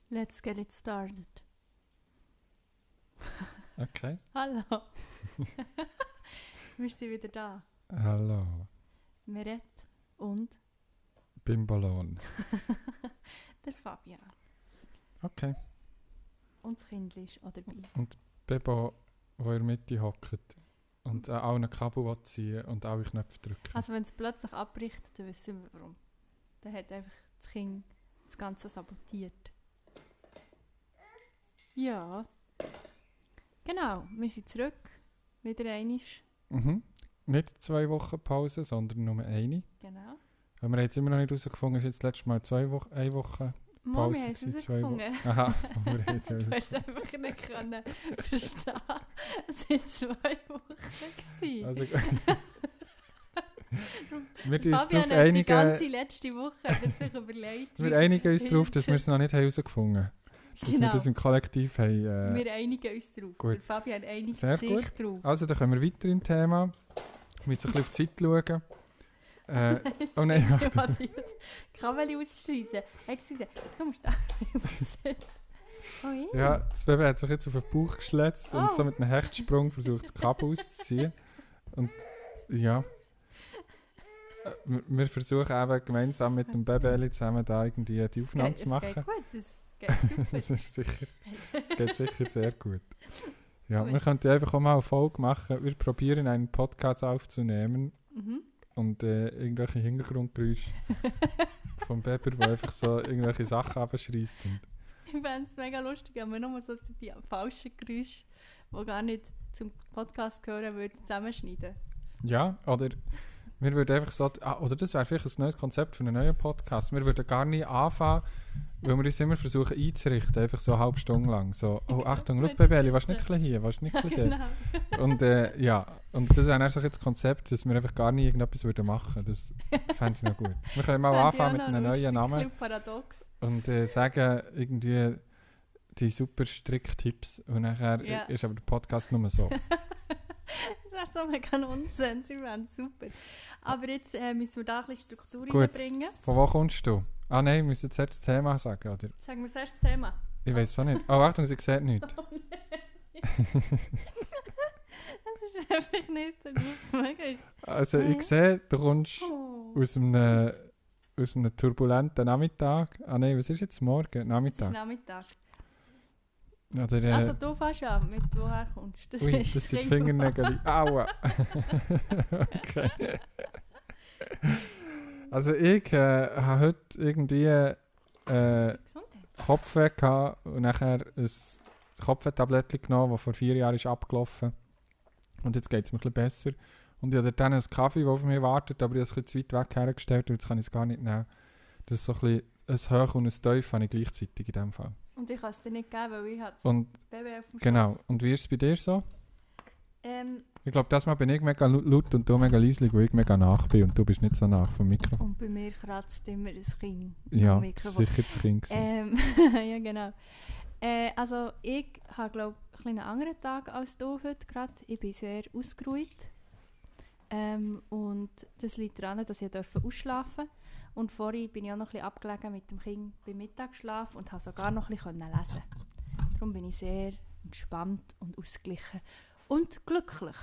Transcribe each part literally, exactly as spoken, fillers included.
Let's get it started. Okay. Hallo. Wir sind wieder da. Hallo. Meret und Bimbalon. der Fabian. Okay. Und das Kind ist auch dabei. Und Bebo, der in der Mitte hockt und an allen Kabel ziehen und alle Knöpfe drücken. Also wenn es plötzlich abbricht, dann wissen wir warum. Dann hat einfach das Kind das Ganze sabotiert. Ja. Genau, wir sind zurück. Wieder einmal. Mhm. Nicht zwei Wochen Pause, sondern nur eine. Genau. Aber wir haben jetzt immer noch nicht herausgefunden, es ist jetzt das letzte Mal zwei Wochen, eine Woche Mami, Pause hast du es gewesen, zwei Wochen. gefunden? Aha, wir haben jetzt Du also, hast es einfach nicht können verstehen. Es waren zwei Wochen. Gewesen. also wir tun uns Fabian darauf hat die ganze einigen, letzte Woche hat sich überlegt. wir einigen uns darauf, dass wir es noch nicht herausgefunden haben. Dass Genau. wir das im Kollektiv haben. Äh, Wir einigen uns drauf. gut. Der Fabian einigt Sehr sich gut. drauf. Also, dann kommen wir weiter im Thema. Ich muss ein bisschen auf die Zeit schauen. Äh, oh nein, Ich Achtung. wollte jetzt Kabel ausschreissen. Excuse, du musst da. Oh ja. Ja, das Baby hat sich jetzt auf den Bauch geschletzt Oh. und so mit einem Hechtsprung versucht, das Kabel auszuziehen. Und ja. Äh, Wir, wir versuchen eben gemeinsam mit dem Baby zusammen da irgendwie die Aufnahme Es zu geht- Es geht machen. gut, es geht super. Das ist sicher, das geht sicher sehr gut. Ja, Gut. wir könnten einfach auch mal eine Folge machen. Wir probieren einen Podcast aufzunehmen Mhm. und äh, irgendwelche Hintergrundgeräusche vom Baby, der einfach so irgendwelche Sachen abschreist. Und Ich fände es mega lustig, wenn wir nur so die falschen Geräusche, die gar nicht zum Podcast gehören, würden, zusammenschneiden. ja, oder wir würden einfach so, ah, oder das wäre vielleicht ein neues Konzept für einen neuen Podcast. Wir würden gar nie anfangen, weil wir uns immer versuchen einzurichten, einfach so eine halbe Stunde lang. So, oh Achtung, schau Baby, warst du nicht ein bisschen hier, warst du nicht ein bisschen dort? Genau. Und äh, ja, und das wäre dann so das Konzept, dass wir einfach gar nie irgendetwas würden machen. Das fände ich noch gut. Wir können mal Fände ich anfangen mit auch einem noch neuen lustig, Namen. ein bisschen paradox. Und äh, sagen irgendwie die super Stricktipps und nachher Ja. ist aber der Podcast nur so. Das wäre so mega Nonsens, ich fände es super. Aber jetzt äh, müssen wir da ein bisschen Struktur Gut. reinbringen. Von wo kommst du? Ah nein, wir müssen jetzt erst das Thema sagen, oder? Sagen wir das erste Thema. Ich weiß auch nicht. Oh, Achtung, sie sieht nichts. Oh Das ist einfach nicht so gut möglich. Also ich sehe, du kommst Oh. aus einem, aus einem turbulenten Nachmittag. Ah nein, was ist jetzt morgen? Es ist Nachmittag. Nachmittag. Oder, äh, Also du fährst an, mit woher kommst. Das ui, ist das sind die Kind- Fingernägel. Aua. Okay. Also ich äh, habe heute irgendwie äh, Gesundheit. Kopfweh gehabt und nachher ein Kopfweh-Tablettchen genommen, das vor vier Jahren ist abgelaufen. Und jetzt geht es mir ein bisschen besser. Und ich habe dann einen Kaffee, der auf mich wartet, aber ich habe es ein bisschen zu weit weg hergestellt und jetzt kann ich es gar nicht nehmen. Das ist so ein bisschen ein Hoch und ein Tief habe ich gleichzeitig in dem Fall. Und ich kann es dir nicht geben, weil ich habe das Und Baby auf dem genau. Schoss. Und wie ist es bei dir so? Ähm, Ich glaube, das Mal bin ich mega lu- laut und du mega leislich, weil ich mega nach bin und du bist nicht so nach vom Mikrofon. und bei mir kratzt immer ein Kind Ja, am Mikrofon. sicher das Kind gewesen. Ähm, ja, genau. Äh, also ich habe, glaube ich, einen anderen Tag als du heute gerade. Ich bin sehr ausgeruht. Ähm, und das liegt daran, dass ich ausschlafen durfte. Und vorhin bin ich auch noch ein bisschen abgelegen mit dem Kind beim Mittagsschlaf und konnte sogar noch ein bisschen lesen. Darum bin ich sehr entspannt und ausgeglichen. Und glücklich.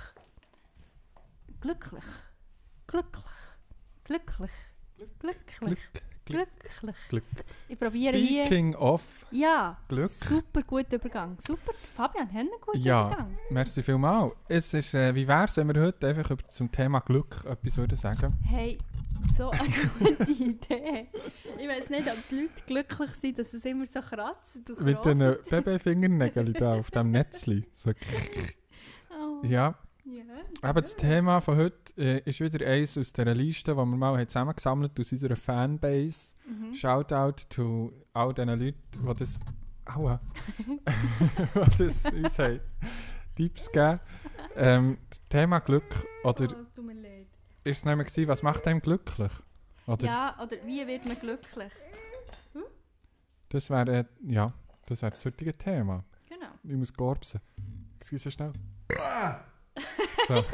Glücklich. Glücklich. Glücklich. Glücklich. Glück, Glück, Glücklich. Glück. Ich probiere hier... Speaking of Ja, Glück. super guter Übergang. Super, Fabian, haben einen guten Ja. Übergang. Merci vielmals. Es ist, äh, wie wäre es, wenn wir heute einfach über, zum Thema Glück etwas würden sagen? Hey, so eine gute Idee. Ich weiß nicht, ob die Leute glücklich sind, dass es immer so kratzt und Mit den krosset. Babyfingernägeln da auf dem Netzli. So. Oh, Ja, ja. aber das Thema von heute äh, ist wieder eins aus dieser Liste, die wir mal haben zusammengesammelt aus unserer Fanbase. Mhm. Shoutout to all diesen Leuten, die das, aua, die das uns haben Tipps geben. Ähm, das Thema Glück, oder Oh, es tut mir leid. ist es nicht mehr gewesen, was macht einem glücklich? Oder Ja, oder wie wird man glücklich? das wäre, äh, ja, das wäre das heutige Thema. Genau. Ich muss gorbsen. Excuse schnell. So.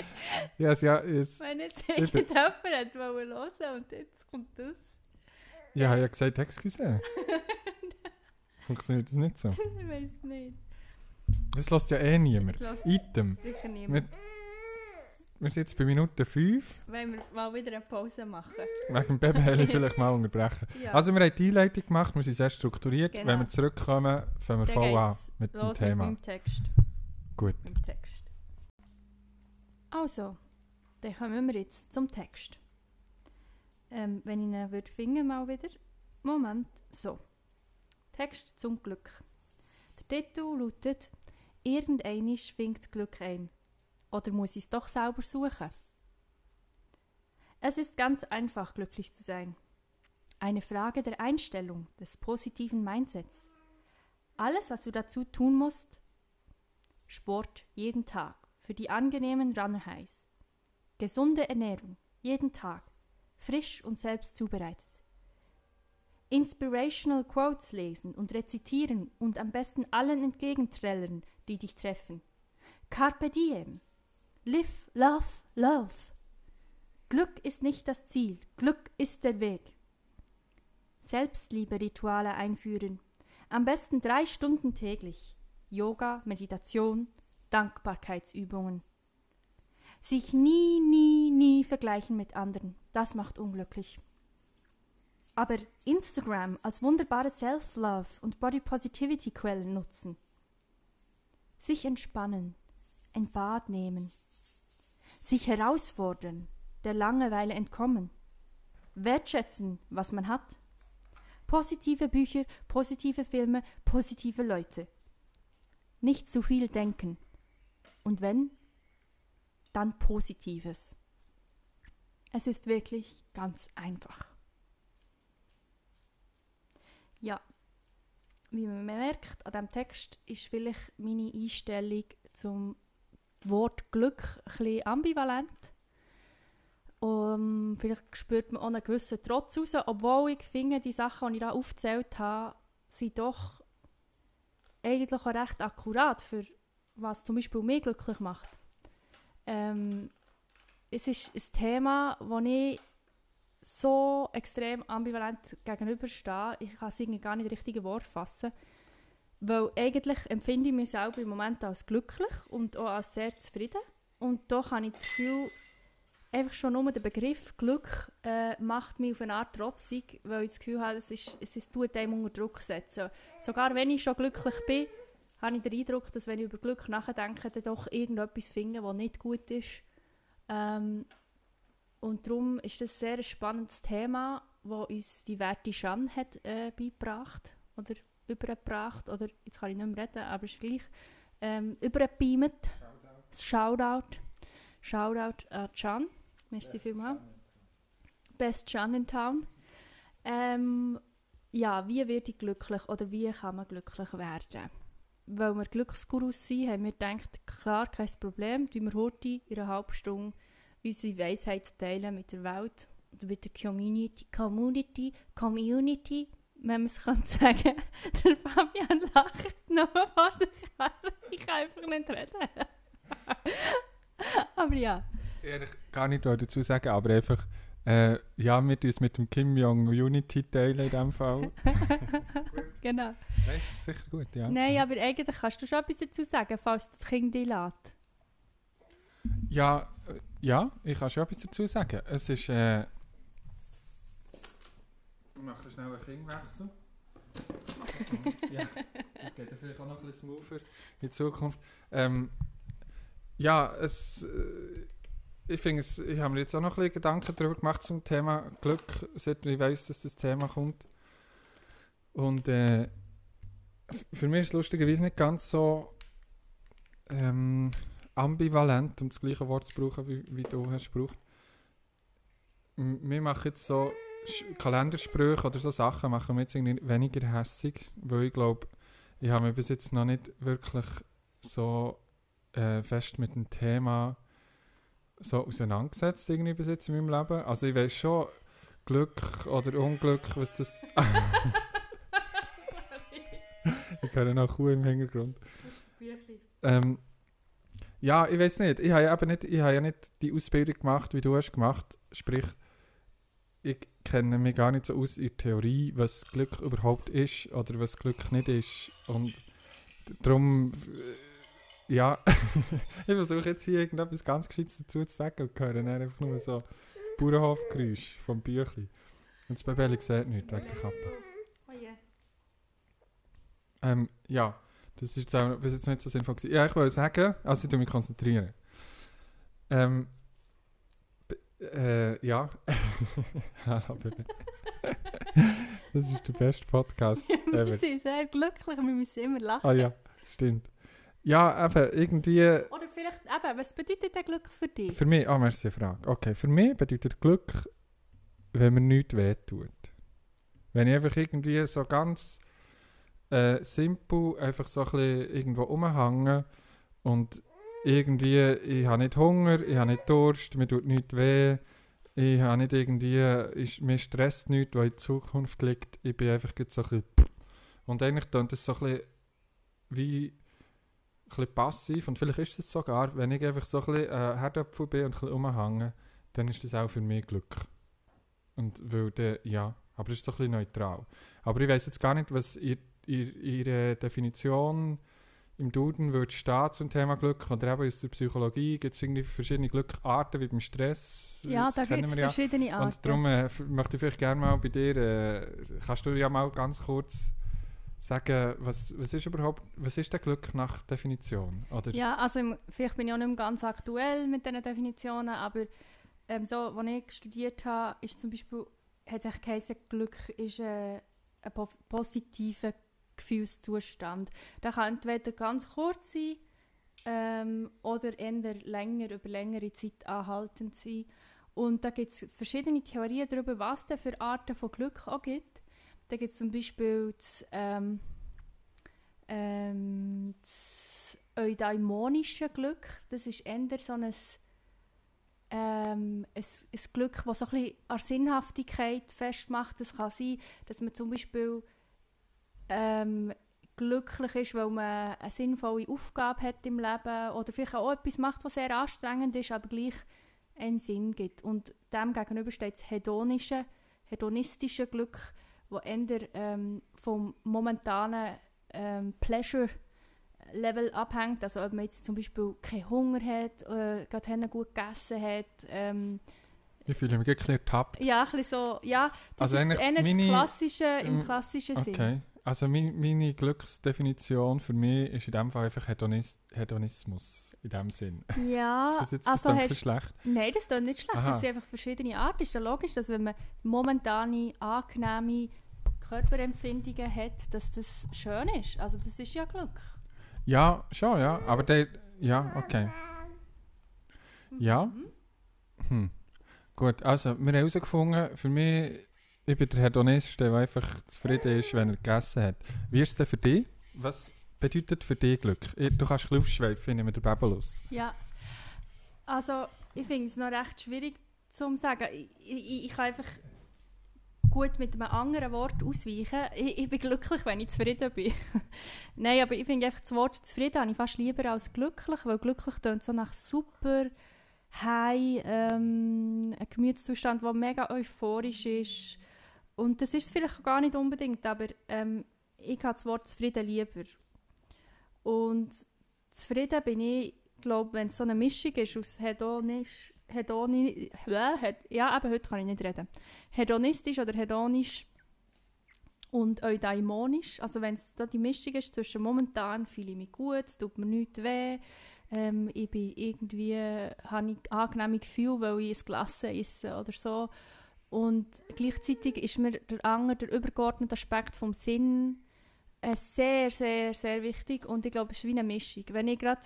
Ja, yes, ja, es, Wenn jetzt Ich bin- irgendjemand hat wollen hören und jetzt kommt das. Ja, ich habe ja gesagt, excuse. Funktioniert das nicht so? Ich weiß nicht. Das lässt ja eh niemand. Das hört Item. sicher Wir, niemand. wir sind jetzt bei Minute fünf. Wollen wir mal wieder eine Pause machen? Wegen dem Babyheli vielleicht mal unterbrechen. Ja. Also wir haben die Einleitung gemacht, wir sind sehr strukturiert. Genau. Wenn wir zurückkommen, fangen wir Dann voll an geht's mit dem los Thema. mit meinem Text. Gut. Mit dem Text. Also, dann kommen wir jetzt zum Text. Ähm, wenn ich ihn würde finden, mal wieder. Moment, so. Text zum Glück. Der Titel lautet «Irgendeinisch winkt Glück ein». Oder muss ich es doch selber suchen? Es ist ganz einfach, glücklich zu sein. Eine Frage der Einstellung, des positiven Mindsets. Alles, was du dazu tun musst, Sport jeden Tag, für die angenehmen Runner Highs. Gesunde Ernährung, jeden Tag, frisch und selbst zubereitet. Inspirational Quotes lesen und rezitieren und am besten allen entgegenträllern, die dich treffen. Carpe diem. Live, love, love. Glück ist nicht das Ziel, Glück ist der Weg. Selbstliebe-Rituale einführen. Am besten drei Stunden täglich. Yoga, Meditation, Dankbarkeitsübungen. Sich nie, nie, nie vergleichen mit anderen. Das macht unglücklich. Aber Instagram als wunderbare Self-Love und Body-Positivity-Quellen nutzen. Sich entspannen, ein Bad nehmen. Sich herausfordern, der Langeweile entkommen. Wertschätzen, was man hat. Positive Bücher, positive Filme, positive Leute. Nicht zu viel denken. Und wenn, dann Positives. Es ist wirklich ganz einfach. Ja, wie man merkt, an diesem Text ist vielleicht meine Einstellung zum Wort Glück ein bisschen ambivalent. Um, vielleicht spürt man auch einen gewissen Trotz raus, obwohl ich finde, die Sachen, die ich hier aufgezählt habe, sind doch eigentlich auch recht akkurat für was zum Beispiel mich glücklich macht. Ähm, es ist ein Thema, das ich so extrem ambivalent gegenüberstehe. Ich kann es irgendwie gar nicht richtige Wort fassen. Weil eigentlich empfinde ich mich selber im Moment als glücklich und auch als sehr zufrieden. Und da habe ich das Gefühl, einfach schon nur der Begriff Glück äh, macht mich auf eine Art trotzig, weil ich das Gefühl habe, es, ist, es ist, tut einem unter Druck setzen. Sogar wenn ich schon glücklich bin, habe ich den Eindruck, dass wenn ich über Glück nachdenke, dann doch irgendetwas finde, was nicht gut ist. Ähm, und darum ist das ein sehr spannendes Thema, das uns die werte Jeanne hat äh, beigebracht oder übergebracht, oder jetzt kann ich nicht mehr reden, aber es ist gleich, ähm, übergebeamt. Shoutout. Shoutout an Jeanne. Merci vielmals. Best Jeanne in Town. Ähm, ja, wie werde ich glücklich oder wie kann man glücklich werden? Weil wir Glücksgurus sind, haben wir gedacht, klar, kein Problem, tun wir heute in einer halben Stunde unsere Weisheit teilen mit der Welt oder mit der Community, Community, Community, wenn man es kann sagen. Der Fabian lacht noch vor sich her. Ich kann einfach nicht reden. Aber ja. Ich gar nicht dazu sagen, aber einfach, äh, ja, wir tun es mit dem Kim Jong Unity teilen in diesem Fall. Genau. Nein, es ist sicher gut, ja. Nein, aber eigentlich kannst du schon etwas dazu sagen, falls das Kind dich lässt. Ja, äh, ja, ich kann schon etwas dazu sagen. Es ist, äh... Ich mache schnell einen Kindwechsel. Ja, das geht ja vielleicht auch noch ein bisschen smoother in Zukunft. Ähm, ja, es... Äh, ich finde, es, ich habe mir jetzt auch noch ein bisschen Gedanken darüber gemacht zum Thema Glück, seit ich weiss, dass das Thema kommt. Und äh, f- für mich ist es lustigerweise nicht ganz so ähm, ambivalent, um das gleiche Wort zu brauchen, wie, wie du hast gebraucht. M- Wir machen jetzt so Sch- Kalendersprüche oder so Sachen, machen wir jetzt irgendwie weniger hässig, weil ich glaube, ich habe mich bis jetzt noch nicht wirklich so äh, fest mit dem Thema so auseinandergesetzt irgendwie bis jetzt in meinem Leben. Also ich weiss schon, Glück oder Unglück, was das... Ich höre noch Kuh im Hintergrund. Ähm, ja, ich weiß nicht. Ich habe ja eben nicht, ich habe ja nicht die Ausbildung gemacht, wie du hast gemacht. Sprich, ich kenne mich gar nicht so aus in der Theorie, was Glück überhaupt ist oder was Glück nicht ist. Und darum, äh, ja, ich versuche jetzt hier irgendetwas ganz Gescheites dazu zu sagen und höre dann einfach nur so Bauernhofgeräusch vom Büchlein. Und das Babeli sieht nichts wegen der Kappe. Oh yeah. Ähm, ja, das ist jetzt, auch, das ist jetzt nicht so sinnvoll gewesen. Ja, ich wollte sagen, also ich tue mich konzentrieren. Ähm, b- äh, ja. Hallo, Baby. Das ist der beste Podcast Wir ever. sind sehr glücklich, wir müssen immer lachen. Ah ja, stimmt. Ja, eben, irgendwie, Oder vielleicht, eben, was bedeutet denn Glück für dich? für mich, ah, oh, merci, eine Frage. Okay, für mich bedeutet Glück, wenn mir nichts wehtut. Wenn ich einfach irgendwie so ganz äh, simpel einfach so ein bisschen irgendwo rumhänge und irgendwie, ich habe nicht Hunger, ich habe nicht Durst, mir tut nichts weh, ich habe nicht irgendwie, ich, mir stresst nichts, was in der Zukunft liegt, ich bin einfach gerade so ein bisschen und eigentlich klingt das so ein bisschen wie ein bisschen passiv und vielleicht ist es sogar, wenn ich einfach so ein bisschen äh, Herdöpfel bin und ein bisschen rumhänge, dann ist das auch für mich Glück. Und weil der, ja, aber es ist so ein bisschen neutral. Aber ich weiss jetzt gar nicht, was ihr, ihr, ihre Definition im Duden würde stehen zum Thema Glück oder eben aus der Psychologie. Gibt es irgendwie verschiedene Glückarten wie beim Stress? Ja, Das da kennen gibt es wir ja. verschiedene Arten. Und darum äh, f- möchte ich vielleicht gerne mal bei dir, äh, kannst du ja mal ganz kurz sagen, was, was ist überhaupt, was ist denn Glück nach Definition? Oder? Ja, also im, vielleicht bin ich auch nicht mehr ganz aktuell mit diesen Definitionen, aber ähm, so, als ich studiert habe, ist zum Beispiel, hat es geheißen, Glück ist äh, ein po positiver Gefühlszustand. Der kann entweder ganz kurz sein ähm, oder eher länger, über längere Zeit anhaltend sein. Und da gibt es verschiedene Theorien darüber, was es für Arten von Glück auch gibt. Da gibt es zum Beispiel das, ähm, ähm, das eudaimonische Glück. Das ist eher so ein, ähm, ein, ein Glück, das so ein bisschen an Sinnhaftigkeit festmacht. Das kann sein, dass man zum Beispiel ähm, glücklich ist, weil man eine sinnvolle Aufgabe hat im Leben oder vielleicht auch etwas macht, was sehr anstrengend ist, aber gleich einen Sinn gibt. Und dem gegenüber steht das hedonische, hedonistische Glück, das eher ähm, vom momentanen ähm, Pleasure-Level abhängt. Also ob man jetzt zum Beispiel keinen Hunger hat, äh, gerade gut gegessen hat. Ähm, Ich fühle mich wirklich ertappt. ja, ein bisschen so, ja, das Also ist eigentlich eher meine- das Klassische, im ähm, klassischen Sinn. Okay. Also mein, meine Glücksdefinition für mich ist in dem Fall einfach Hedonis Hedonismus in dem Sinn. Ja, Ist das jetzt also das hast, hast... schlecht? nein, das ist nicht schlecht. Aha. Das sind einfach verschiedene Arten. Ist ja logisch, dass wenn man momentane, angenehme Körperempfindungen hat, dass das schön ist. Also das ist ja Glück. Ja, schon, ja. Aber der... Ja, okay. Ja. Mhm. Hm. Gut, also wir haben herausgefunden, für mich, ich bin der Hedonist, der einfach zufrieden ist, wenn er gegessen hat. Wie ist es denn für dich? Was bedeutet für dich Glück? Ich, du kannst ein bisschen aufschweifen, ich nehme den Babelus. Ja, also ich finde es noch recht schwierig zu sagen. Ich, ich, ich kann einfach gut mit einem anderen Wort ausweichen. Ich, ich bin glücklich, wenn ich zufrieden bin. Nein, aber ich finde einfach das Wort zufrieden habe ich fast lieber als glücklich, weil glücklich klingt so nach super high, ähm, ein Gemütszustand, der mega euphorisch ist. Und das ist es vielleicht gar nicht unbedingt, aber ähm, ich habe das Wort zufrieden lieber. Und zufrieden bin ich, glaube, wenn es so eine Mischung ist aus hedonisch, hedoni, äh, ja, eben heute kann ich nicht reden, hedonistisch oder hedonisch und eudaimonisch. Also wenn es da die Mischung ist zwischen momentan fühle ich mich gut, es tut mir nichts weh, ähm, ich bin irgendwie, habe ich angenehme Gefühle, weil ich ein Glas esse oder so. Und gleichzeitig ist mir der andere, der übergeordnete Aspekt vom Sinn äh, sehr, sehr, sehr wichtig. Und ich glaube, es ist wie eine Mischung. Wenn ich gerade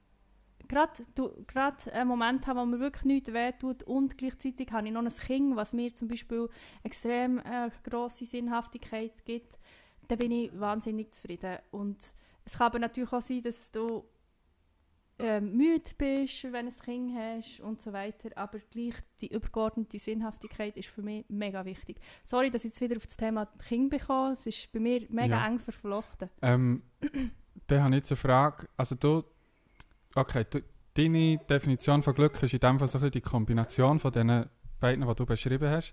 einen Moment habe, wo mir wirklich nichts wehtut und gleichzeitig habe ich noch ein Kind, was mir zum Beispiel extrem äh, grosse Sinnhaftigkeit gibt, dann bin ich wahnsinnig zufrieden. Und es kann aber natürlich auch sein, dass du ähm, müde bist, wenn du ein Kind hast und so weiter, aber gleich die übergeordnete Sinnhaftigkeit ist für mich mega wichtig. Sorry, dass ich jetzt wieder auf das Thema Kind bekomme, es ist bei mir mega Ja. eng verflochten. Ähm, dann habe ich jetzt eine Frage. Also du, okay, du, deine Definition von Glück ist in dem Fall so ein bisschen die Kombination von den beiden, die du beschrieben hast.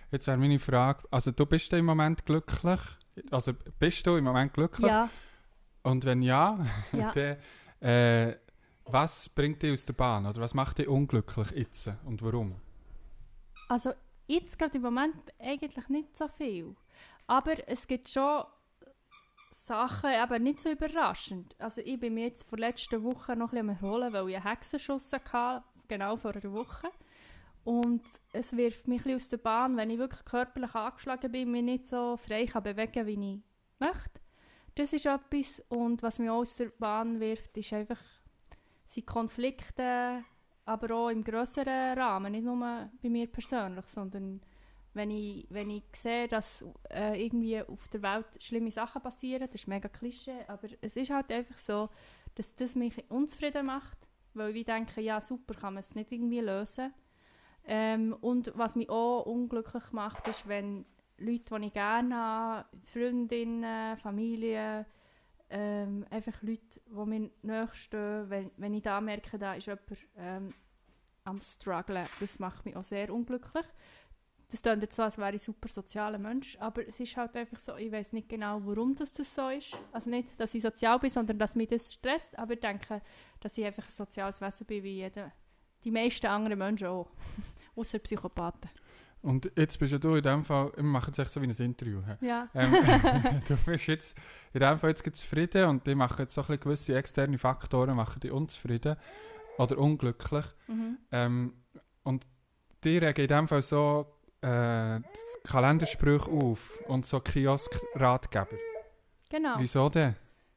Jetzt wäre meine Frage, also du bist im Moment glücklich? Also bist du im Moment glücklich? Ja. Und wenn ja, Ja. dann äh, was bringt dich aus der Bahn? Oder was macht dich unglücklich jetzt und warum? Also jetzt gerade im Moment eigentlich nicht so viel. Aber es gibt schon Sachen, aber nicht so überraschend. Also ich bin mir jetzt vor letzten Woche noch ein bisschen am Erholen, weil ich einen Hexenschuss hatte, genau vor einer Woche. Und es wirft mich ein bisschen aus der Bahn, wenn ich wirklich körperlich angeschlagen bin, mich nicht so frei kann bewegen, wie ich möchte. Das ist etwas. Und was mich auch aus der Bahn wirft, ist einfach, sind Konflikte, aber auch im grösseren Rahmen, nicht nur bei mir persönlich, sondern wenn ich, wenn ich sehe, dass äh, irgendwie auf der Welt schlimme Sachen passieren, das ist mega Klischee, aber es ist halt einfach so, dass das mich unzufrieden macht, weil ich denke, ja super, kann man es nicht irgendwie lösen. Ähm, und was mich auch unglücklich macht, ist, wenn Leute, die ich gerne habe, Freundinnen, Familie, ähm, einfach Leute, die mir nachstehen, wenn, wenn ich da merke, da ist jemand ähm, am strugglen, das macht mich auch sehr unglücklich. Das klingt jetzt so, als wäre ich ein super sozialer Mensch, aber es ist halt einfach so, ich weiß nicht genau, warum das, das so ist. Also nicht, dass ich sozial bin, sondern dass mich das stresst, aber ich denke, dass ich einfach ein soziales Wesen bin, wie jeder, die meisten anderen Menschen auch, außer Psychopathen. Und jetzt bist ja du in dem Fall, wir machen es echt so wie ein Interview. He? Ja. Ähm, du bist jetzt in dem Fall jetzt zufrieden und die machen jetzt so ein bisschen gewisse externe Faktoren, machen dich unzufrieden oder unglücklich. Mhm. Ähm, und die regen in dem Fall so äh, Kalendersprüche auf und so Kiosk-Ratgeber. Genau. Wieso denn?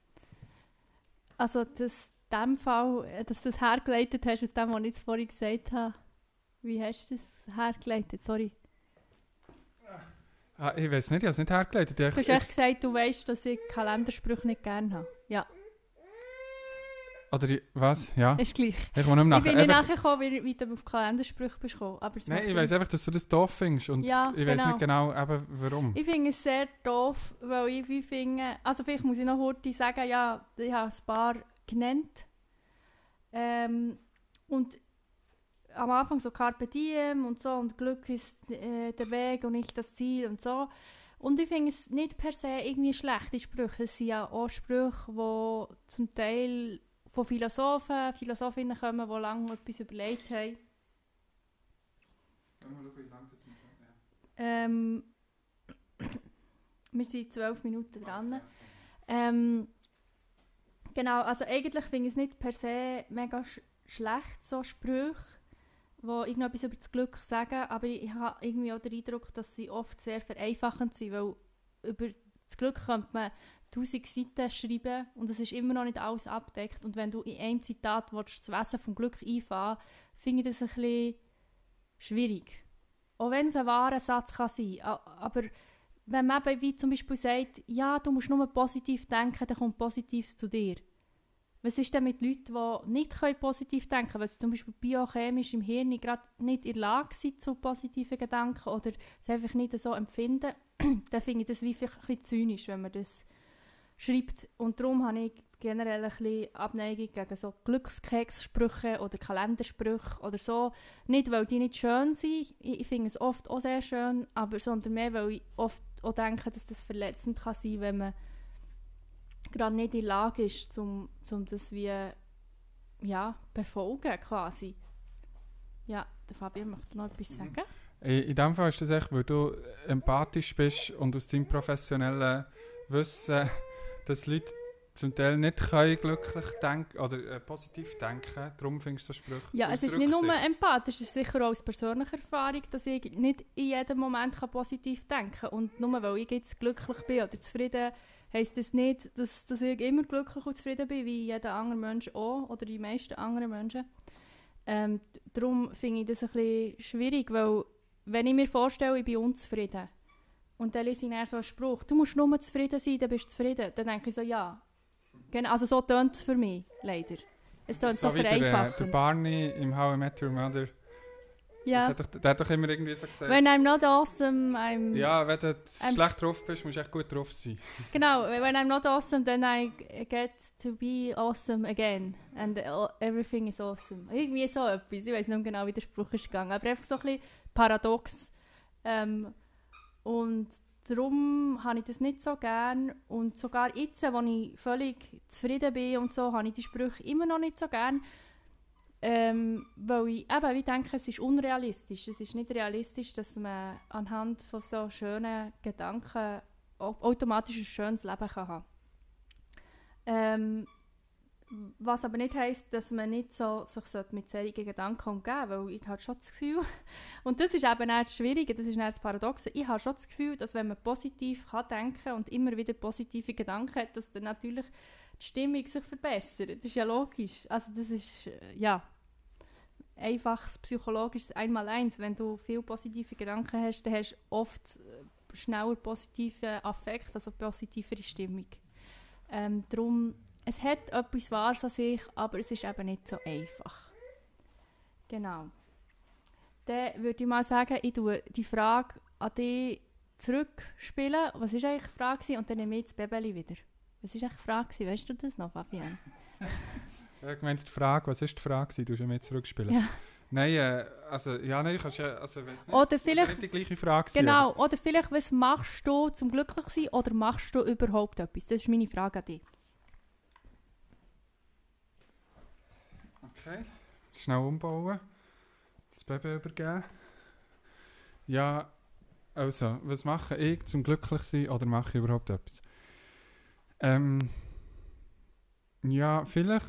Also, dass in dem Fall, dass du das hergeleitet hast, aus dem, was ich jetzt vorhin gesagt habe. Wie hast du das hergeleitet? Sorry. Ah, ich weiß nicht, ich habe es nicht hergeleitet. Ich, Du hast echt gesagt, du weißt, dass ich Kalendersprüche nicht gerne habe. Ja, Oder ich, was? Ja. ist gleich. Ich komme nicht Ich bin nachher. nicht Einfach- nachher gekommen, wie, wie du auf Kalendersprüche bist gekommen. Aber das Nein, macht ich nichts. weiss einfach, dass du das doof findest. Und Ja, ich weiss genau. nicht genau, eben, warum. Ich finde es sehr doof, weil ich wie finde, also vielleicht muss ich noch heute sagen, ja, ich habe ein paar genannt. Ähm, und am Anfang so Carpe Diem und so und Glück ist äh, der Weg und nicht das Ziel und so. Und ich finde es nicht per se irgendwie schlechte Sprüche. Es sind ja auch Sprüche, die zum Teil von Philosophen, Philosophinnen kommen, die lange etwas überlegt haben. Ähm, wir sind zwölf Minuten dran. Ähm, genau, also eigentlich finde ich es nicht per se mega sch schlecht, so Sprüche, die irgendetwas über das Glück sagen, aber ich habe irgendwie auch den Eindruck, dass sie oft sehr vereinfachend sind, weil über das Glück könnte man tausend Seiten schreiben und es ist immer noch nicht alles abgedeckt. Und wenn du in einem Zitat willst, das Wesen vom Glück einfahren, finde ich das ein bisschen schwierig. Auch wenn es ein wahrer Satz kann sein kann. Aber wenn man eben wie zum Beispiel sagt, ja, du musst nur positiv denken, dann kommt Positives zu dir. Was ist denn mit Leuten, die nicht positiv denken können, weil sie zum Beispiel biochemisch im Hirn gerade nicht in der Lage sind zu positiven Gedanken oder es einfach nicht so empfinden, dann finde ich das wie vielleicht ein bisschen zynisch, wenn man das schreibt. Und darum habe ich generell ein bisschen Abneigung gegen so Glückskekssprüche oder Kalendersprüche oder so. Nicht, weil die nicht schön sind, ich, ich finde es oft auch sehr schön, aber sondern mehr, weil ich oft auch denke, dass das verletzend kann sein, wenn man gerade nicht in der Lage ist, um, um das wie ja, befolgen quasi. Ja, der Fabian möchte noch etwas sagen. In, in dem Fall ist das echt, weil du empathisch bist und aus deinem professionellen Wissen, dass Leute zum Teil nicht können glücklich denken oder äh, positiv denken. Darum findest du so Sprüche. Ja, es ist nicht nur empathisch, es ist sicher auch aus persönlicher Erfahrung, dass ich nicht in jedem Moment kann positiv denken kann. Und nur weil ich jetzt glücklich bin oder zufrieden, heisst das nicht, dass, dass ich immer glücklich und zufrieden bin, wie jeder andere Mensch auch oder die meisten anderen Menschen. Ähm, darum finde ich das ein bisschen schwierig, weil wenn ich mir vorstelle, ich bin unzufrieden und dann lese ich dann so einen Spruch, du musst nur zufrieden sein, dann bist du zufrieden, dann denke ich so, ja. Also so tönt es für mich, leider. Es tönt so, so vereinfachend. Der, der Barney im How I Met Your Mother, ja. Hat doch, der hat doch immer irgendwie so gesagt... When I'm not awesome, I'm... Ja, wenn du schlecht drauf bist, musst du echt gut drauf sein. Genau, when I'm not awesome, then I get to be awesome again. And everything is awesome. Irgendwie so etwas. Ich weiß nicht genau, wie der Spruch ist gegangen. Aber einfach so ein bisschen paradox. Ähm, und darum habe ich das nicht so gern. Und sogar jetzt, wo ich völlig zufrieden bin und so, habe ich die Sprüche immer noch nicht so gern. Ähm, weil ich eben, ich denke, es ist unrealistisch. Es ist nicht realistisch, dass man anhand von so schönen Gedanken automatisch ein schönes Leben kann haben. Ähm, was aber nicht heisst, dass man nicht so, sich mit solchen Gedanken umgeben sollte, weil ich habe schon das Gefühl, und das ist eben das Schwierige, das ist das Paradoxe, ich habe schon das Gefühl, dass wenn man positiv kann denken und immer wieder positive Gedanken hat, dass dann natürlich die Stimmung sich verbessert. Das ist ja logisch. Also das ist, ja, einfaches psychologisches Einmaleins. Wenn du viele positive Gedanken hast, dann hast du oft schneller positive Affekt, also positivere Stimmung. Ähm, darum, es hat etwas Wahres an sich, aber es ist eben nicht so einfach. Genau. Dann würde ich mal sagen, ich tue die Frage an dich zurückspielen. Was war eigentlich die Frage? Und dann nehme ich das Bäbeli wieder. Was war eigentlich die Frage? Weißt du das noch, Fabian? Ich meine, die Frage, was war die Frage? Du musst ja mir zurückspielen. Ja. Nein, äh, also, ja, nein, kannst ja, also, weiss nicht. Oder vielleicht, nicht die gleiche Frage genau, sein, oder vielleicht, was machst du zum glücklich sein oder machst du überhaupt etwas? Das ist meine Frage an dich. Okay, schnell umbauen, das Baby übergeben. Ja, also, was mache ich zum glücklich sein oder mache ich überhaupt etwas? Ähm, ja, vielleicht...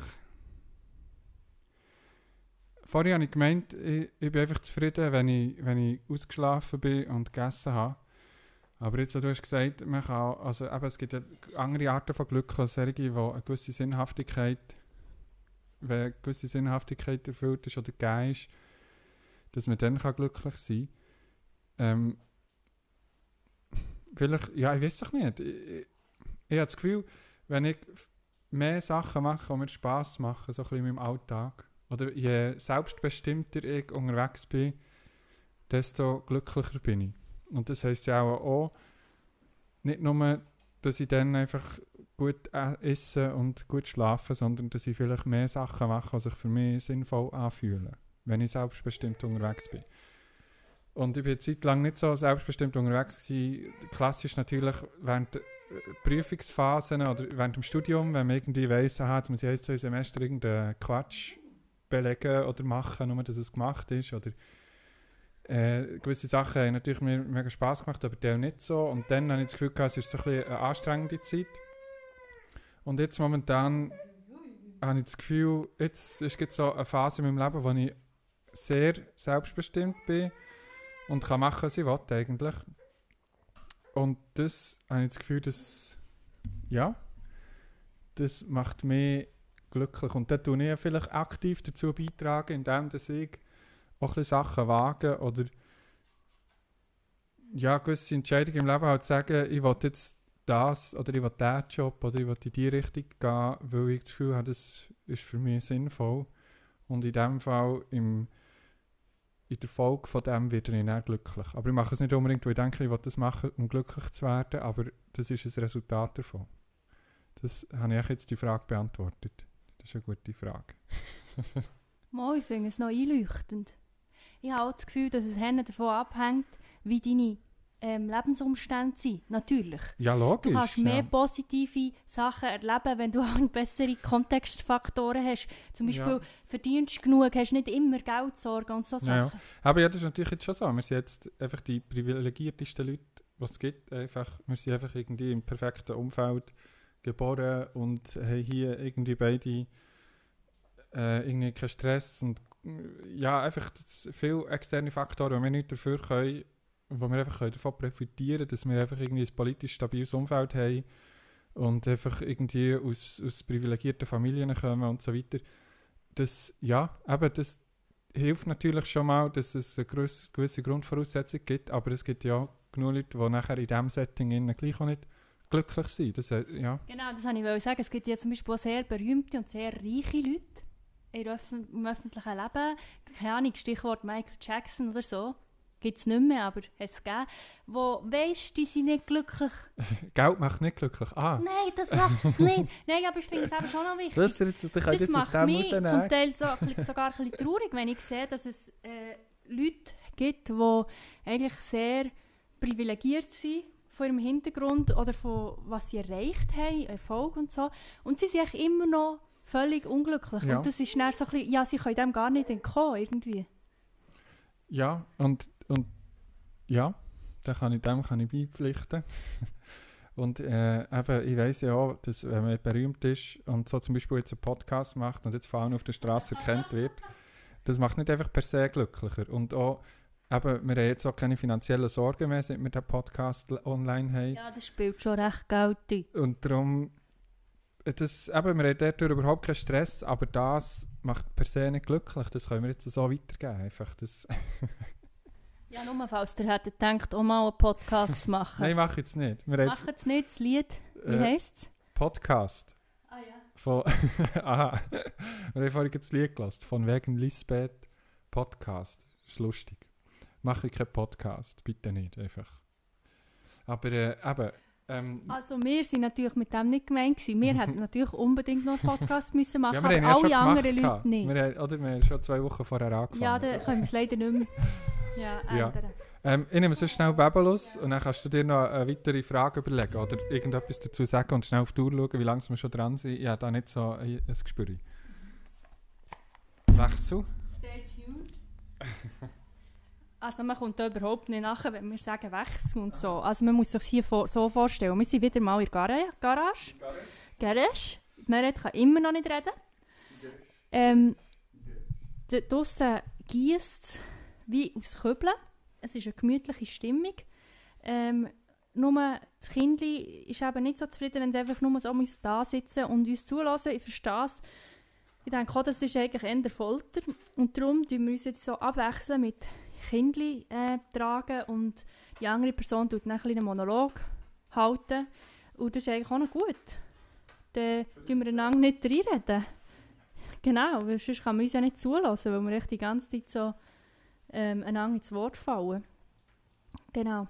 Vorher habe ich gemeint, ich, ich bin einfach zufrieden, wenn ich, wenn ich ausgeschlafen bin und gegessen habe. Aber jetzt, du hast gesagt, man kann, also eben, es gibt ja andere Arten von Glück, als solche, die eine gewisse Sinnhaftigkeit, wenn eine gewisse Sinnhaftigkeit erfüllt ist oder gegeben ist, dass man dann kann glücklich sein kann. Ähm, vielleicht, ja, ich weiß es nicht. Ich, ich, ich habe das Gefühl, wenn ich mehr Sachen mache, die mir Spass machen, so ein bisschen in meinem Alltag, oder je selbstbestimmter ich unterwegs bin, desto glücklicher bin ich. Und das heisst ja auch, auch nicht nur, dass ich dann einfach gut esse und gut schlafe, sondern dass ich vielleicht mehr Sachen mache, die sich für mich sinnvoll anfühlen, wenn ich selbstbestimmt unterwegs bin. Und ich war eine Zeit lang nicht so selbstbestimmt unterwegs gewesen. Klassisch natürlich während der Prüfungsphasen oder während dem Studium, wenn man irgendwie weiss, aha, jetzt muss ich jetzt so ein Semester irgendeinen Quatsch belegen oder machen, nur dass es gemacht ist. Oder äh, gewisse Sachen haben natürlich mir mega Spass gemacht, aber die auch nicht so. Und dann habe ich das Gefühl gehabt, es ist so ein bisschen eine anstrengende Zeit. Und jetzt momentan habe ich das Gefühl, jetzt ist jetzt so eine Phase in meinem Leben, wo ich sehr selbstbestimmt bin und kann machen, was ich will eigentlich. Und das habe ich das Gefühl, dass ja, das macht mich glücklich. Und da tue ich vielleicht aktiv dazu beitragen, indem dass ich auch ein bisschen Sachen wage oder ja, gewisse Entscheidungen im Leben halt sagen, ich will jetzt das oder ich will diesen Job oder ich will in diese Richtung gehen, weil ich das Gefühl habe, das ist für mich sinnvoll. Und in diesem Fall, im, in der Folge von dem, werde ich dann glücklich. Aber ich mache es nicht unbedingt, weil ich denke, ich will das machen, um glücklich zu werden, aber das ist ein Resultat davon. Das habe ich jetzt die Frage beantwortet. Das ist eine gute Frage. Mal, ich finde es noch einleuchtend. Ich habe auch das Gefühl, dass es davon abhängt, wie deine ähm, Lebensumstände sind. Natürlich. Ja, logisch. Du kannst mehr ja. positive Sachen erleben, wenn du auch bessere Kontextfaktoren hast. Zum Beispiel ja. verdienst du genug, hast nicht immer Geldsorgen und so Sachen. Ja, ja. Aber ja, das ist natürlich jetzt schon so. Wir sind jetzt einfach die privilegiertesten Leute, die es gibt. Einfach, wir sind einfach irgendwie im perfekten Umfeld geboren und haben hier irgendwie beide äh, irgendwie keinen Stress und ja, einfach viele externe Faktoren, wo wir nicht dafür können, wo wir einfach davon profitieren können, dass wir einfach irgendwie ein politisch stabiles Umfeld haben und einfach irgendwie aus, aus privilegierten Familien kommen und so weiter. Das, ja, eben, das hilft natürlich schon mal, dass es eine gewisse Grundvoraussetzung gibt, aber es gibt ja auch genug Leute, die nachher in diesem Setting gleich auch nicht glücklich sind. Das, ja. Genau, das wollte ich sagen. Es gibt ja zum Beispiel auch sehr berühmte und sehr reiche Leute im öffentlichen Leben. Keine Ahnung, Stichwort Michael Jackson oder so. Gibt es nicht mehr, aber hat es gegeben. Wo, weisst, die sind nicht glücklich. Geld macht nicht glücklich. Ah. Nein, das macht es nicht. Nein, aber ich finde es eben schon noch wichtig. Das, jetzt, das jetzt macht mich zum Teil so, sogar ein bisschen traurig, wenn ich sehe, dass es äh, Leute gibt, die eigentlich sehr privilegiert sind von ihrem Hintergrund oder von was sie erreicht haben, Erfolg und so. Und sie sind eigentlich immer noch völlig unglücklich. Ja. Und das ist dann so ein bisschen, ja, sie können dem gar nicht entkommen, irgendwie. Ja, und, und ja, da kann ich, dem kann ich beipflichten. Und äh, eben, ich weiss ja auch, dass wenn man berühmt ist und so zum Beispiel jetzt einen Podcast macht und jetzt vor allem auf der Straße erkannt wird, das macht nicht einfach per se glücklicher. Und auch, eben, wir haben jetzt auch keine finanziellen Sorgen mehr, seit wir den Podcast online haben. Ja, das spielt schon recht Geld. Und darum, das, eben, wir haben dadurch überhaupt keinen Stress, aber das macht per se nicht glücklich. Das können wir jetzt so weitergeben. Einfach das Ja, nur falls ihr hättet gedacht, auch mal einen Podcast zu machen. Nein, mach jetzt nicht. Wir haben jetzt, Macht es nicht, das Lied. Wie Äh, heisst es? Podcast. Ah ja. Von Aha. Wir haben vorhin das Lied gelassen. Von wegen Lisbeth Podcast. Ist lustig. Mache ich keinen Podcast. Bitte nicht, einfach. Aber äh, eben. Ähm, Also wir sind natürlich mit dem nicht gemeint gewesen. Wir hätten natürlich unbedingt noch einen Podcast müssen machen, ja, wir aber haben ja schon alle anderen gemacht Leute gehabt. nicht. Wir haben, oder wir haben schon zwei Wochen vorher angefangen. Ja, dann können wir es leider nicht mehr ja, Ja. ändern. Ähm, ich nehme so schnell Babelus und dann kannst du dir noch eine weitere Frage überlegen oder irgendetwas dazu sagen und schnell auf die Uhr schauen, wie lange wir schon dran sind. Ich habe da nicht so ein, ein Gespür. Wechsel. Stay tuned. Also man kommt da überhaupt nicht nachher, wenn wir sagen Wechsel und so. Also man muss sich hier vor, so vorstellen, wir sind wieder mal in der Gar- Garage. Garage. Meret kann immer noch nicht reden. Ähm, d- draussen giesst es wie aus Köbeln. Es ist eine gemütliche Stimmung. Ähm, nur das Kindli ist eben nicht so zufrieden, wenn sie einfach nur so da sitzen und uns zulassen. Ich verstehe es. Ich denke auch, das ist eigentlich eher Folter. Und darum tun wir uns jetzt so abwechseln mit Kindli äh, tragen und die andere Person tut dann einen kleinen Monolog halten. Und das ist eigentlich auch noch gut. Dann tun wir einander nicht reinreden. Genau, weil sonst kann man uns ja nicht zulassen, weil wir echt die ganze Zeit so ähm, einander ins Wort fallen. Genau.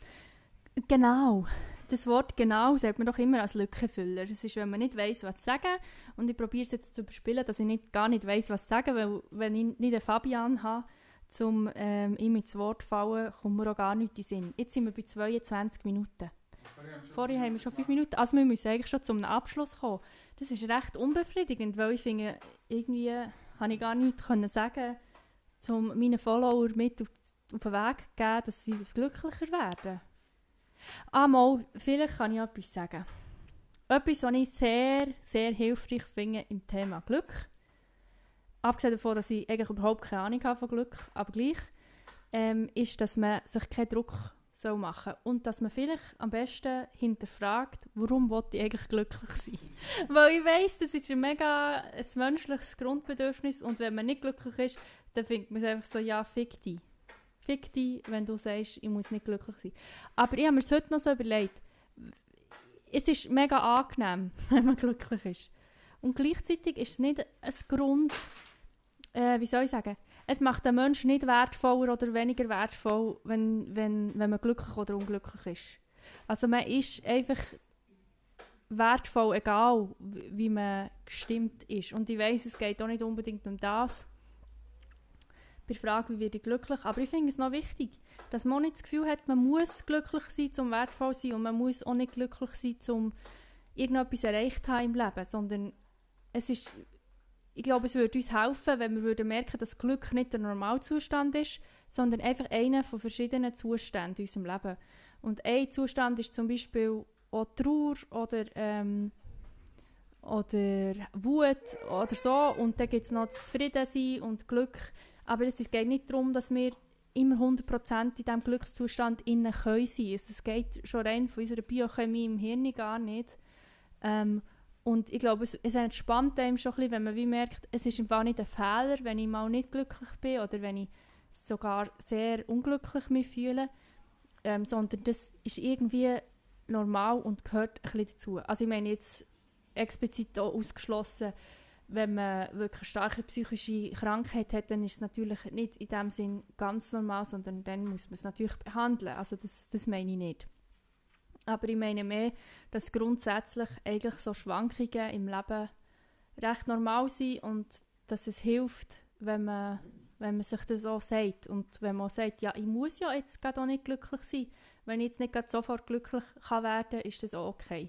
Genau. Das Wort «genau» sagt man doch immer als Lückenfüller. Das ist, wenn man nicht weiss, was zu sagen. Und ich probiere es jetzt zu überspielen, dass ich nicht, gar nicht weiss, was zu sagen, weil wenn ich nicht einen Fabian habe, um ähm, ihm ins Wort zu fallen, kommt mir auch gar nichts in den Sinn. Jetzt sind wir bei zweiundzwanzig Minuten. Vorher haben wir schon fünf Minuten. Also wir müssen eigentlich schon zum Abschluss kommen. Das ist recht unbefriedigend, weil ich finde, irgendwie habe ich gar nichts können sagen, um meinen Follower mit auf, auf den Weg zu geben, dass sie glücklicher werden. Ah, mal, vielleicht kann ich etwas sagen. Etwas, was ich sehr, sehr hilfreich finde im Thema Glück. Abgesehen davon, dass ich eigentlich überhaupt keine Ahnung habe von Glück, aber gleich, ähm, ist, dass man sich keinen Druck soll machen soll. Und dass man vielleicht am besten hinterfragt, warum will ich eigentlich glücklich sein? Weil ich weiss, das ist ein mega ein menschliches Grundbedürfnis und wenn man nicht glücklich ist, dann findet man es einfach so, ja, fick dich. Fick dich, wenn du sagst, ich muss nicht glücklich sein. Aber ich habe mir es heute noch so überlegt. Es ist mega angenehm, wenn man glücklich ist. Und gleichzeitig ist es nicht ein Grund, äh, wie soll ich sagen, es macht den Menschen nicht wertvoller oder weniger wertvoll, wenn, wenn, wenn man glücklich oder unglücklich ist. Also man ist einfach wertvoll, egal wie man gestimmt ist. Und ich weiss, es geht auch nicht unbedingt um das. Bei der Frage, wie werde ich glücklich? Aber ich finde es noch wichtig, dass man auch nicht das Gefühl hat, man muss glücklich sein, um wertvoll zu sein und man muss auch nicht glücklich sein, um irgendetwas erreicht zu haben im Leben, sondern es ist, ich glaube, es würde uns helfen, wenn wir würden merken, dass Glück nicht der Normalzustand ist, sondern einfach einer von verschiedenen Zuständen in unserem Leben. Und ein Zustand ist zum Beispiel auch Trauer oder, ähm, oder Wut oder so und dann gibt es noch das Zufriedensein und Glück. Aber es geht nicht darum, dass wir immer hundert Prozent in diesem Glückszustand innen können sein. Es geht schon rein von unserer Biochemie im Hirn gar nicht. Ähm, und ich glaube, es, es entspannt einem schon ein bisschen, wenn man wie merkt, es ist im Fall nicht ein Fehler, wenn ich mal nicht glücklich bin oder wenn ich sogar sehr unglücklich mich fühle, ähm, sondern das ist irgendwie normal und gehört ein bisschen dazu. Also ich meine jetzt explizit auch ausgeschlossen, wenn man wirklich eine starke psychische Krankheit hat, dann ist es natürlich nicht in dem Sinn ganz normal, sondern dann muss man es natürlich behandeln. Also das, das meine ich nicht. Aber ich meine mehr, dass grundsätzlich eigentlich so Schwankungen im Leben recht normal sind und dass es hilft, wenn man wenn man sich das auch sagt. Und wenn man auch sagt, ja, ich muss ja jetzt gerade auch nicht glücklich sein. Wenn ich jetzt nicht gerade sofort glücklich kann werden, ist das auch okay.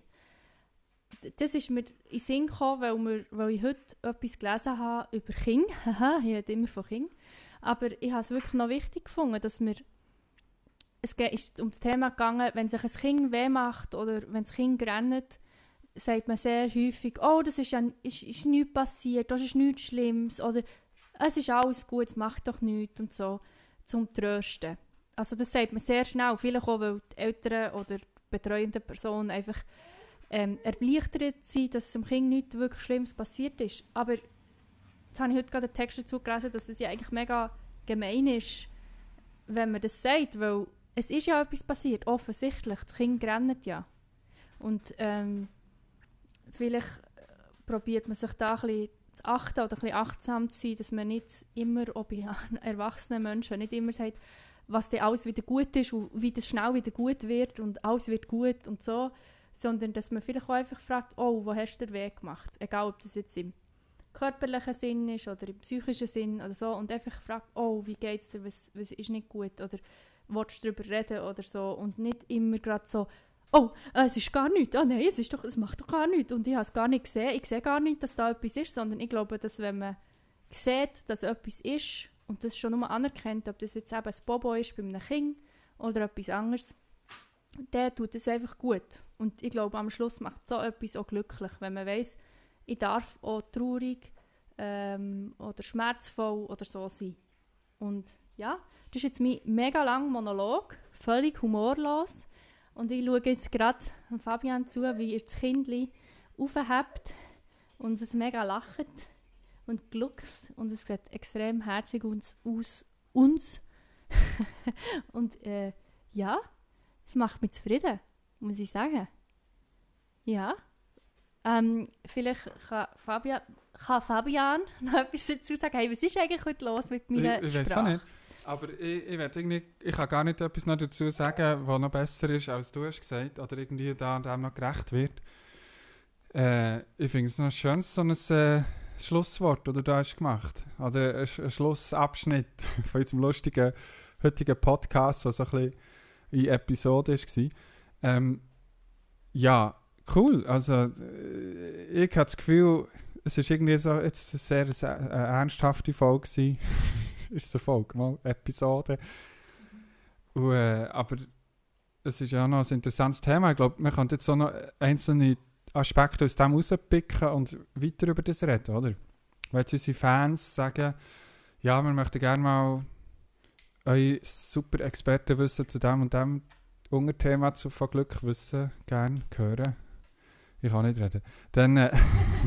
Das ist mir in den Sinn gekommen, weil, wir, weil ich heute etwas gelesen habe über Kinder. Haha, ich rede immer von Kindern. Aber ich habe es wirklich noch wichtig gefunden, dass wir... Es ist um das Thema gegangen, wenn sich ein Kind weh macht oder wenn das Kind rennt, sagt man sehr häufig, oh, das ist, ja, ist, ist nichts passiert, das ist nichts Schlimmes oder es ist alles gut, es macht doch nichts und so, zum Trösten. Also das sagt man sehr schnell, vielleicht auch, weil die Eltern oder die betreuende Person einfach ähm, erleichtert sind, dass dem Kind nichts wirklich Schlimmes passiert ist. Aber jetzt habe ich heute gerade einen Text dazu gelesen, dass das ja eigentlich mega gemein ist, wenn man das sagt, weil es ist ja etwas passiert, offensichtlich, das Kind rennt ja. Und ähm, vielleicht probiert man sich da ein bisschen zu achten oder ein bisschen achtsam zu sein, dass man nicht immer, auch bei erwachsenen Menschen, nicht immer sagt, was dann alles wieder gut ist und wie das schnell wieder gut wird und alles wird gut und so, sondern dass man vielleicht auch einfach fragt, oh, wo hast du den Weg gemacht? Egal, ob das jetzt im körperlichen Sinn ist oder im psychischen Sinn oder so und einfach fragt, oh, wie geht es dir, was, was ist nicht gut oder willst du darüber reden oder so und nicht immer gerade so, oh, äh, es ist gar nichts, ah nein, es, ist doch, es macht doch gar nichts und ich habe es gar nicht gesehen, ich sehe gar nicht, dass da etwas ist, sondern ich glaube, dass wenn man sieht, dass etwas ist und das schon nur anerkennt, ob das jetzt eben ein Bobo ist bei einem Kind oder etwas anderes, der tut es einfach gut. Und ich glaube, am Schluss macht so etwas auch glücklich, wenn man weiss, ich darf auch traurig ähm, oder schmerzvoll oder so sein. Und ja, das ist jetzt mein mega langer Monolog, völlig humorlos. Und ich schaue jetzt gerade Fabian zu, wie er das Kindchen aufhebt und es mega lacht und gluckst. Und es sieht extrem herzig aus. aus uns. Und äh, ja, es macht mich zufrieden, muss ich sagen. Ja. Ähm, vielleicht kann Fabian, kann Fabian noch etwas dazu sagen. Hey, was ist eigentlich heute los mit meiner ich, ich Sprache? Weiß auch nicht. Aber ich, ich, irgendwie, ich kann gar nicht etwas noch dazu sagen, was noch besser ist, als du hast gesagt, oder irgendwie da dem noch gerecht wird. Äh, ich finde es noch schön, so ein äh, Schlusswort, das du da hast gemacht. Oder ein, ein Schlussabschnitt von unserem lustigen heutigen Podcast, der so ein bisschen in Episode war. Ähm, ja, cool. Also, äh, ich habe das Gefühl, es war irgendwie so jetzt eine sehr eine ernsthafte Folge gewesen. Ist so Folge, mal Episode. Und, äh, aber es ist ja auch noch ein interessantes Thema. Ich glaube, man kann jetzt auch noch einzelne Aspekte aus dem rauspicken und weiter über das reden, oder? Weil jetzt unsere Fans sagen, ja, wir möchten gerne mal euer super Expertenwissen zu dem und dem Unterthema zu, von Glück wissen, gerne hören. Ich kann nicht reden. Dann, äh,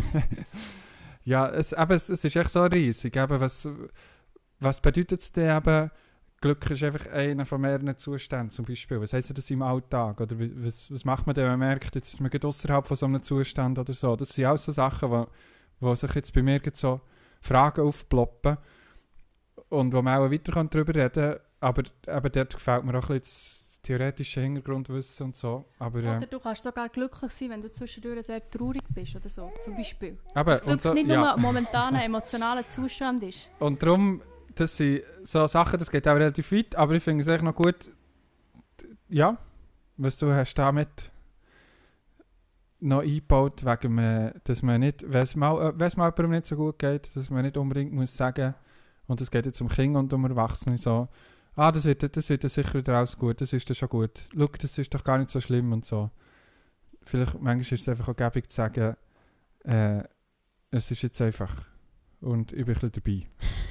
ja, es, eben, es, es ist echt so riesig. Eben, was, was bedeutet es denn eben, Glück ist einfach einer von mehreren Zuständen zum Beispiel. Was heisst das im Alltag? Oder was, was macht man denn, wenn man merkt, jetzt ist man gerade außerhalb von so einem Zustand oder so? Das sind auch so Sachen, wo, wo sich jetzt bei mir so Fragen aufploppen und wo man auch weiter darüber reden kann. Aber eben dort gefällt mir auch ein bisschen das theoretische Hintergrundwissen und so. Aber, äh, oder du kannst sogar glücklich sein, wenn du zwischendurch sehr traurig bist oder so, zum Beispiel. Aber, das Glück so, nicht ja. nur ein momentaner emotionaler Zustand ist. Und darum, das sind so Sachen, das geht auch relativ weit, aber ich finde es echt noch gut, ja, was du hast damit noch eingebaut, wegen man, dass man nicht, wenn es mal, wenn es mal jemandem nicht so gut geht, dass man nicht unbedingt muss sagen, und es geht jetzt um Kinder und um Erwachsene, so, ah, das wird, das wird sicher wieder alles gut, das ist dann schon gut, schau, das ist doch gar nicht so schlimm und so. Vielleicht, manchmal ist es einfach auch gäbig zu sagen, äh, es ist jetzt einfach und ich bin ein bisschen dabei.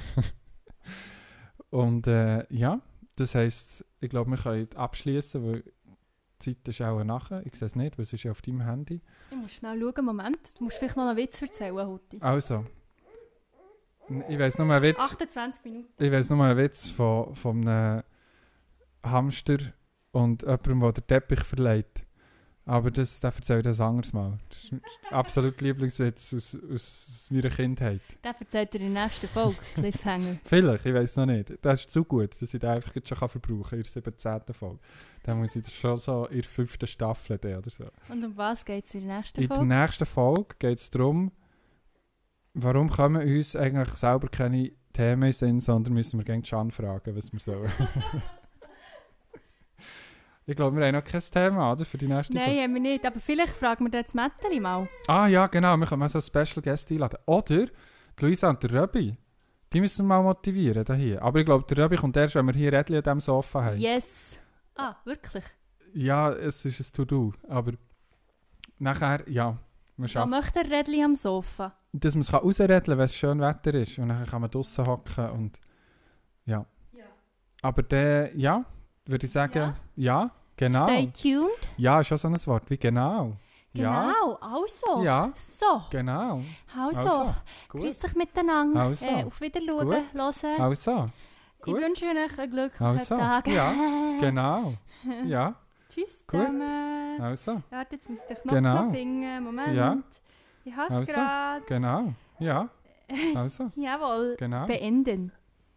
Und äh, ja, das heisst, ich glaube, wir können abschließen, weil die Zeit ist auch nachher. Ich sehe es nicht, weil es ist ja auf deinem Handy. Ich muss schnell schauen, Moment. Du musst vielleicht noch einen Witz erzählen, Hutti. Also, ich weiss nur einen Witz. achtundzwanzig Minuten. Ich weiss nur einen Witz von, von einem Hamster und jemandem, der den Teppich verleiht. Aber das, das erzähle ich das anderes Mal. Das ist ein absolut Lieblingswitz aus, aus meiner Kindheit. Den erzählt er in der nächsten Folge, Cliffhanger. Vielleicht, ich weiß noch nicht. Das ist zu gut, dass ich den einfach jetzt schon verbrauchen kann in der siebzehnten Folge. Dann muss ich das schon so in der fünften Staffel oder so. Und um was geht es in der nächsten In Folge? In der nächsten Folge geht es darum, warum können wir uns eigentlich selber keine Themen in Sinn, sondern müssen wir gegen Can fragen, was wir sollen. Ich glaube, wir haben noch kein Thema, oder? Für die nächste Nein, Folge. haben wir nicht. Aber vielleicht fragen wir das Mätteli mal. Ah ja, genau. Wir können mal so Special Guest einladen. Oder die Luisa und der Röbi. Die müssen wir mal motivieren da hier. Aber ich glaube, der Röbi kommt erst, wenn wir hier Rädchen an diesem Sofa haben. Yes. Ah, wirklich? Ja, es ist ein To-Do. Aber nachher, ja, wir So schaffen. möchte ein Rädchen am Sofa. Dass man es rausrädeln kann, wenn es schön Wetter ist. Und dann kann man draussen hocken und ja. Ja. Aber der, ja, würde ich sagen, ja, ja genau. Stay tuned. Ja, ist auch so ein Wort wie genau. Ja, Genau, also. ja, So, genau. also. Also, gut. Grüß dich miteinander. Also. Äh, auf Wiedersehen, Gut. hören. Also, Ich gut. wünsche euch einen glücklichen Also, Tag. ja, genau. Ja, Tschüss Gut. zusammen. also, Warte, jetzt muss ich den Knopf Genau. noch finden. Moment. Ja. Ich hasse Also. gerade. genau. Ja, also, Jawohl. genau. Beenden.